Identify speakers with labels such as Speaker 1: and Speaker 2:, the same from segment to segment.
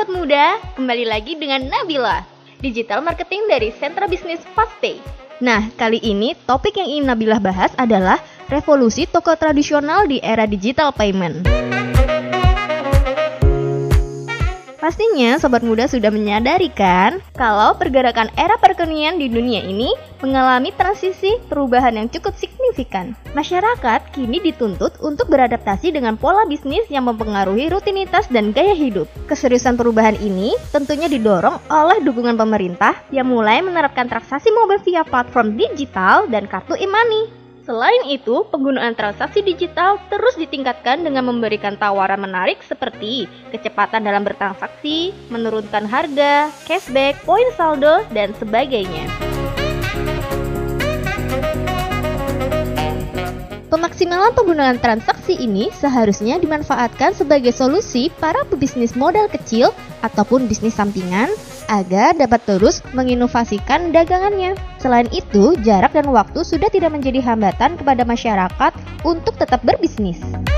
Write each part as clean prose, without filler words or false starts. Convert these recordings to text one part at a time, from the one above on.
Speaker 1: Sobat Muda, kembali lagi dengan Nabila, Digital Marketing dari Sentra Bisnis Fastpay. Nah, kali ini topik yang ingin Nabila bahas adalah revolusi toko tradisional di era digital payment. Pastinya Sobat Muda sudah menyadari kan kalau pergerakan era perekonomian di dunia ini mengalami transisi perubahan yang cukup signifikan. Masyarakat kini dituntut untuk beradaptasi dengan pola bisnis yang mempengaruhi rutinitas dan gaya hidup. Keseriusan perubahan ini tentunya didorong oleh dukungan pemerintah yang mulai menerapkan transaksi mobil via platform digital dan kartu e-money. Selain itu, penggunaan transaksi digital terus ditingkatkan dengan memberikan tawaran menarik seperti kecepatan dalam bertransaksi, menurunkan harga, cashback, poin saldo, dan sebagainya. Pemaksimalan penggunaan transaksi ini seharusnya dimanfaatkan sebagai solusi para pebisnis modal kecil ataupun bisnis sampingan agar dapat terus menginovasikan dagangannya. Selain itu, jarak dan waktu sudah tidak menjadi hambatan kepada masyarakat untuk tetap berbisnis.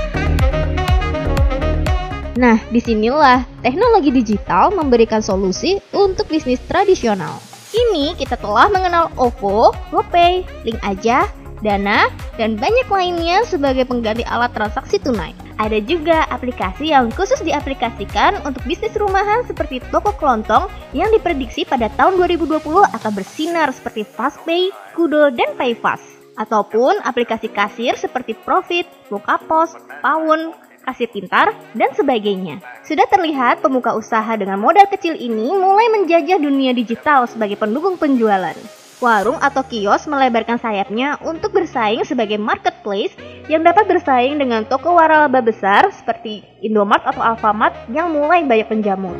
Speaker 1: Nah, disinilah teknologi digital memberikan solusi untuk bisnis tradisional. Kini kita telah mengenal OVO, GoPay, Link Aja, Dana, dan banyak lainnya sebagai pengganti alat transaksi tunai. Ada juga aplikasi yang khusus diaplikasikan untuk bisnis rumahan seperti toko kelontong yang diprediksi pada tahun 2020 akan bersinar seperti Fastpay, Kudo, dan Payfast. Ataupun aplikasi kasir seperti Profit, Bukapos, Pawon, Kasir Pintar, dan sebagainya. Sudah terlihat pemuka usaha dengan modal kecil ini mulai menjajah dunia digital sebagai pendukung penjualan. Warung atau kios melebarkan sayapnya untuk bersaing sebagai marketplace yang dapat bersaing dengan toko waralaba besar seperti Indomart atau Alfamart yang mulai banyak menjamur.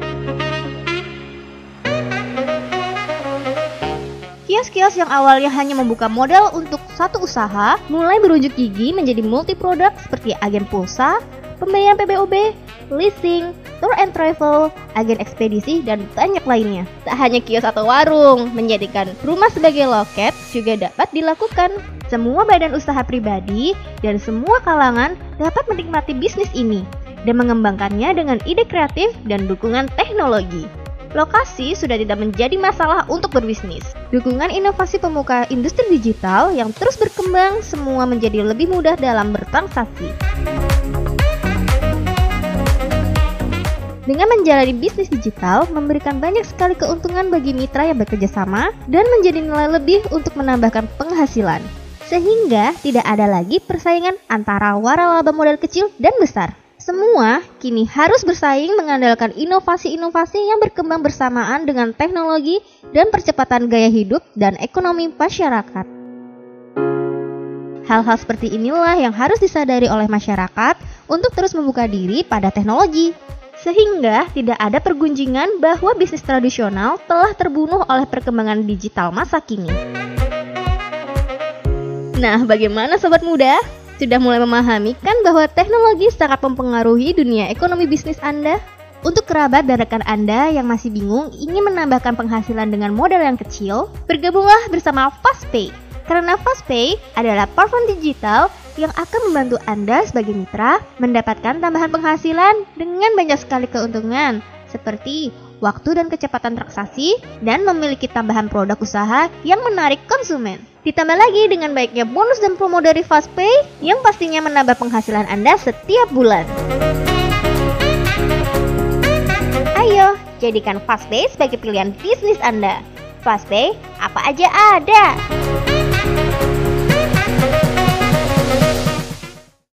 Speaker 1: Kios-kios yang awalnya hanya membuka modal untuk satu usaha mulai berunjuk gigi menjadi multi produk seperti agen pulsa, pembayaran PBOB, leasing, tour and travel, agen ekspedisi, dan banyak lainnya. Tak hanya kios atau warung, menjadikan rumah sebagai loket juga dapat dilakukan. Semua badan usaha pribadi dan semua kalangan dapat menikmati bisnis ini dan mengembangkannya dengan ide kreatif dan dukungan teknologi. Lokasi sudah tidak menjadi masalah untuk berbisnis. Dukungan inovasi pemuka industri digital yang terus berkembang, semua menjadi lebih mudah dalam bertransaksi. Dengan menjalani bisnis digital, memberikan banyak sekali keuntungan bagi mitra yang bekerja sama dan menjadi nilai lebih untuk menambahkan penghasilan. Sehingga tidak ada lagi persaingan antara waralaba modal kecil dan besar. Semua kini harus bersaing mengandalkan inovasi-inovasi yang berkembang bersamaan dengan teknologi dan percepatan gaya hidup dan ekonomi masyarakat. Hal-hal seperti inilah yang harus disadari oleh masyarakat untuk terus membuka diri pada teknologi. Sehingga tidak ada pergunjingan bahwa bisnis tradisional telah terbunuh oleh perkembangan digital masa kini. Nah, bagaimana Sobat Muda? Sudah mulai memahami kan bahwa teknologi sangat mempengaruhi dunia ekonomi bisnis Anda? Untuk kerabat dan rekan Anda yang masih bingung ingin menambahkan penghasilan dengan modal yang kecil, bergabunglah bersama Fastpay. Karena Fastpay adalah platform digital yang akan membantu Anda sebagai mitra mendapatkan tambahan penghasilan dengan banyak sekali keuntungan seperti waktu dan kecepatan transaksi dan memiliki tambahan produk usaha yang menarik konsumen. Ditambah lagi dengan baiknya bonus dan promo dari Fastpay yang pastinya menambah penghasilan Anda setiap bulan. Ayo, jadikan Fastpay sebagai pilihan bisnis Anda. Fastpay, apa aja ada.